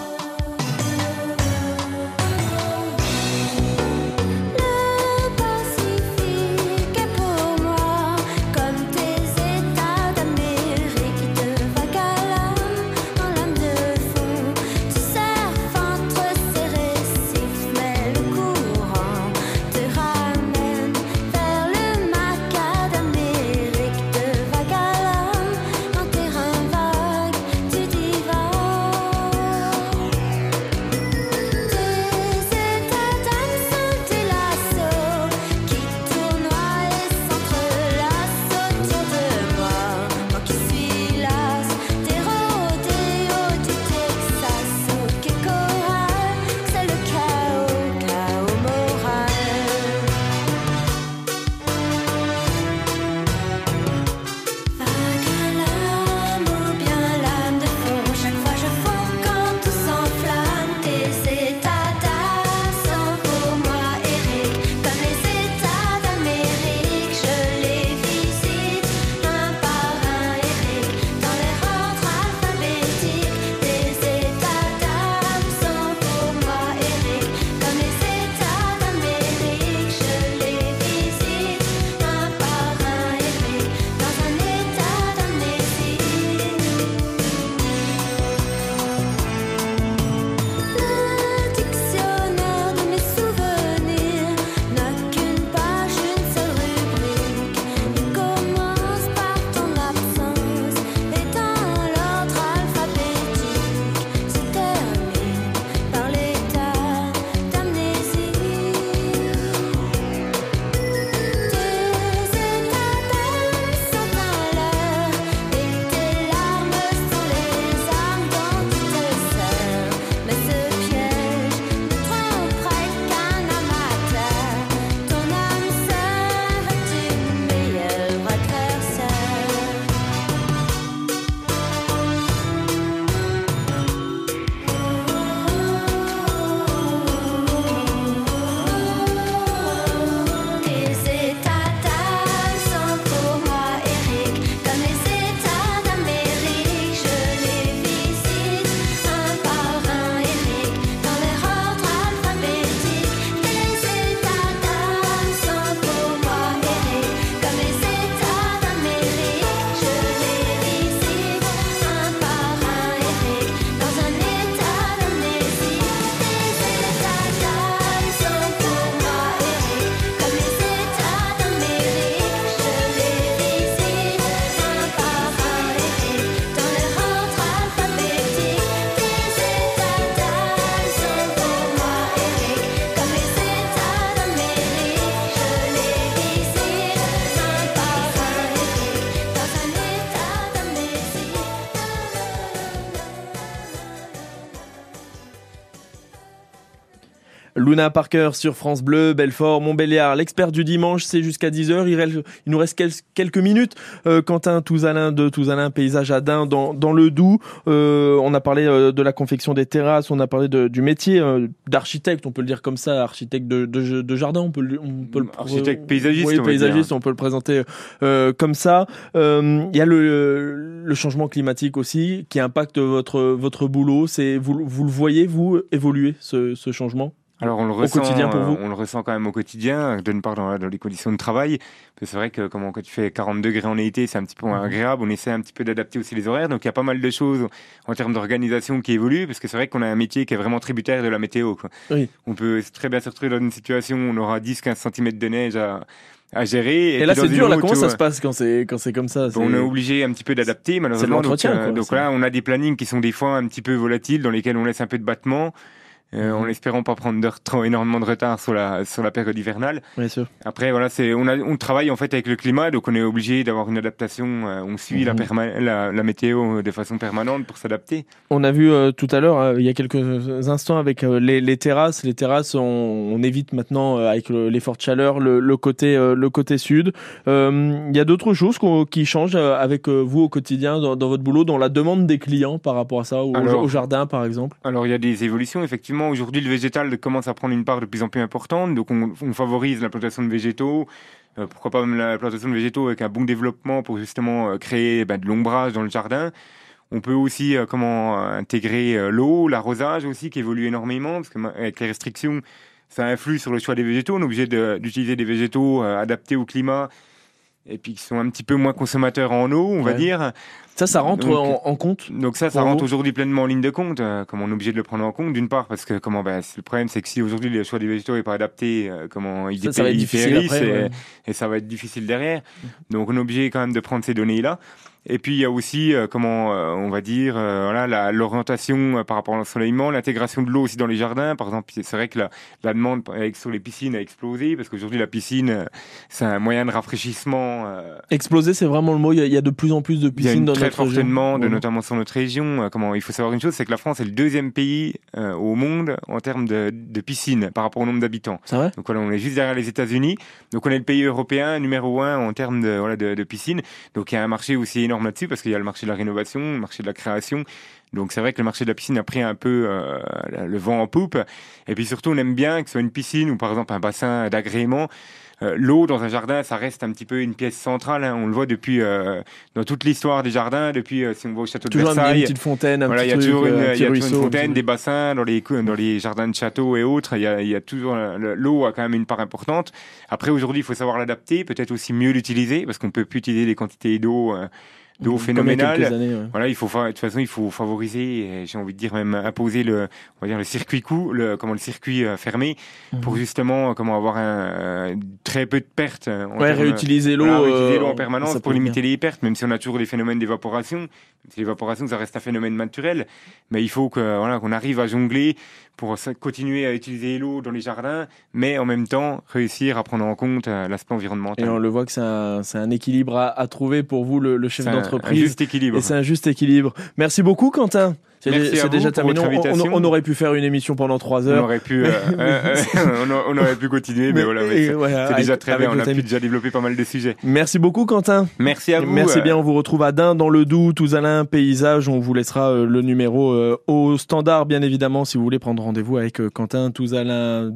Luna Parker sur France Bleu, Belfort, Montbéliard. L'expert du dimanche, c'est jusqu'à dix heures. Il, reste, il nous reste quel, quelques minutes. Euh, Quentin Touzalin de Touzalin Paysage à Dain dans, dans le Doubs. Euh, on a parlé euh, de la confection des terrasses, on a parlé de, du métier euh, d'architecte, on peut le dire comme ça, architecte de, de, de jardin, on peut le, on peut le architecte paysagiste, oui, on, paysagiste, on peut le présenter euh, comme ça. Il euh, y a le, le changement climatique aussi qui impacte votre, votre boulot. C'est, vous, vous le voyez, vous, évoluer ce, ce changement? Alors on le au ressent, quotidien pour vous. On le ressent quand même au quotidien, d'une part dans, dans les conditions de travail. Parce que c'est vrai que comment, quand tu fais quarante degrés en été, c'est un petit peu agréable. On essaie un petit peu d'adapter aussi les horaires. Donc il y a pas mal de choses en termes d'organisation qui évoluent. Parce que c'est vrai qu'on a un métier qui est vraiment tributaire de la météo, quoi. Oui. On peut très bien se retrouver dans une situation où on aura dix à quinze centimètres de neige à, à gérer. Et, et là c'est dur, là autre, comment ça ouais. se passe quand c'est, quand c'est comme ça? C'est... On est obligé un petit peu d'adapter malheureusement. C'est de l'entretien, donc, euh, quoi, donc c'est... là on a des plannings qui sont des fois un petit peu volatiles, dans lesquels on laisse un peu de battement. Euh, en espérant pas prendre de, trop énormément de retard sur la sur la période hivernale. Bien sûr. Après voilà, c'est on a on travaille en fait avec le climat, donc on est obligé d'avoir une adaptation. Euh, on suit mmh. la, perma- la la météo de façon permanente pour s'adapter. On a vu euh, tout à l'heure, euh, il y a quelques instants avec euh, les, les terrasses. Les terrasses, on, on évite maintenant euh, avec le, les fortes chaleurs le, le côté euh, le côté sud. Euh, il y a d'autres choses qui changent euh, avec euh, vous au quotidien dans, dans votre boulot, dans la demande des clients par rapport à ça, au, alors, au jardin par exemple. Alors il y a des évolutions effectivement. Aujourd'hui, le végétal commence à prendre une part de plus en plus importante, donc on, on favorise la plantation de végétaux. Euh, pourquoi pas même la plantation de végétaux avec un bon développement pour justement euh, créer ben, de l'ombrage dans le jardin. On peut aussi euh, comment euh, intégrer euh, l'eau, l'arrosage aussi qui évolue énormément parce que avec les restrictions, ça influe sur le choix des végétaux. On est obligé de, d'utiliser des végétaux euh, adaptés au climat et puis qui sont un petit peu moins consommateurs en eau, on ouais. va dire. Ça, ça rentre donc, en, en compte. Donc ça, ça rentre aujourd'hui pleinement en ligne de compte. Euh, comme on est obligé de le prendre en compte, d'une part parce que comment, ben, le problème, c'est que si aujourd'hui le choix des végétaux n'est pas adapté, euh, comment il ça, ça va être difficile après, et, ouais. et ça va être difficile derrière. Donc on est obligé quand même de prendre ces données-là. Et puis il y a aussi euh, comment euh, on va dire euh, voilà la, l'orientation euh, par rapport à l'ensoleillement, l'intégration de l'eau aussi dans les jardins. Par exemple, c'est vrai que la, la demande avec, sur les piscines a explosé parce qu'aujourd'hui la piscine euh, c'est un moyen de rafraîchissement. Euh... Exploser, c'est vraiment le mot. Il y, a, il y a de plus en plus de piscines dans notre région. Il y a une très forte demande, de, notamment sur notre région. Euh, comment il faut savoir une chose, c'est que la France est le deuxième pays euh, au monde en termes de, de piscines par rapport au nombre d'habitants. C'est vrai. Donc voilà, on est juste derrière les États-Unis. Donc on est le pays européen numéro un en termes de voilà de, de piscines. Donc il y a un marché aussi énorme là-dessus parce qu'il y a le marché de la rénovation, le marché de la création. Donc c'est vrai que le marché de la piscine a pris un peu euh, le vent en poupe. Et puis surtout, on aime bien que ce soit une piscine ou par exemple un bassin d'agrément. Euh, l'eau dans un jardin, ça reste un petit peu une pièce centrale. Hein. On le voit depuis euh, dans toute l'histoire des jardins, depuis euh, si on va au château de toujours Versailles. Une petite fontaine, un voilà, petit il y a truc, toujours une, euh, il y a toujours ruisseau, une fontaine, petit... des bassins dans les dans les jardins de châteaux et autres. Il y a, il y a toujours l'eau a quand même une part importante. Après aujourd'hui, il faut savoir l'adapter, peut-être aussi mieux l'utiliser parce qu'on peut plus utiliser les quantités d'eau. Euh, d'eau phénoménale. Années, ouais. Voilà, il faut de toute façon, il faut favoriser, j'ai envie de dire même imposer le, on va dire le circuit court, le comment le circuit euh, fermé, mmh. pour justement comment avoir un, un très peu de pertes. En ouais, termes, réutiliser l'eau, voilà, réutiliser euh, l'eau en permanence pour limiter bien. les pertes, même si on a toujours des phénomènes d'évaporation. L'évaporation, ça reste un phénomène naturel, mais il faut que voilà qu'on arrive à jongler pour continuer à utiliser l'eau dans les jardins, mais en même temps réussir à prendre en compte euh, l'aspect environnemental. Et on le voit que c'est un, c'est un équilibre à, à trouver pour vous, le, le chef c'est d'entreprise. Un juste équilibre. Et c'est un juste équilibre. Merci beaucoup, Quentin. C'est, Merci c'est à déjà vous terminé. On, on, on aurait pu faire une émission pendant trois heures. On aurait pu, euh, euh, on aurait pu continuer, mais, mais voilà. Mais c'est, ouais, c'est avec, déjà très bien. On a pu déjà développer pas mal de sujets. Merci beaucoup, Quentin. Merci à vous. Merci euh... bien. On vous retrouve à Dain, dans le Doubs, Touzalin Paysage. On vous laissera euh, le numéro euh, au standard, bien évidemment, si vous voulez prendre rendez-vous avec euh, Quentin Touzalin.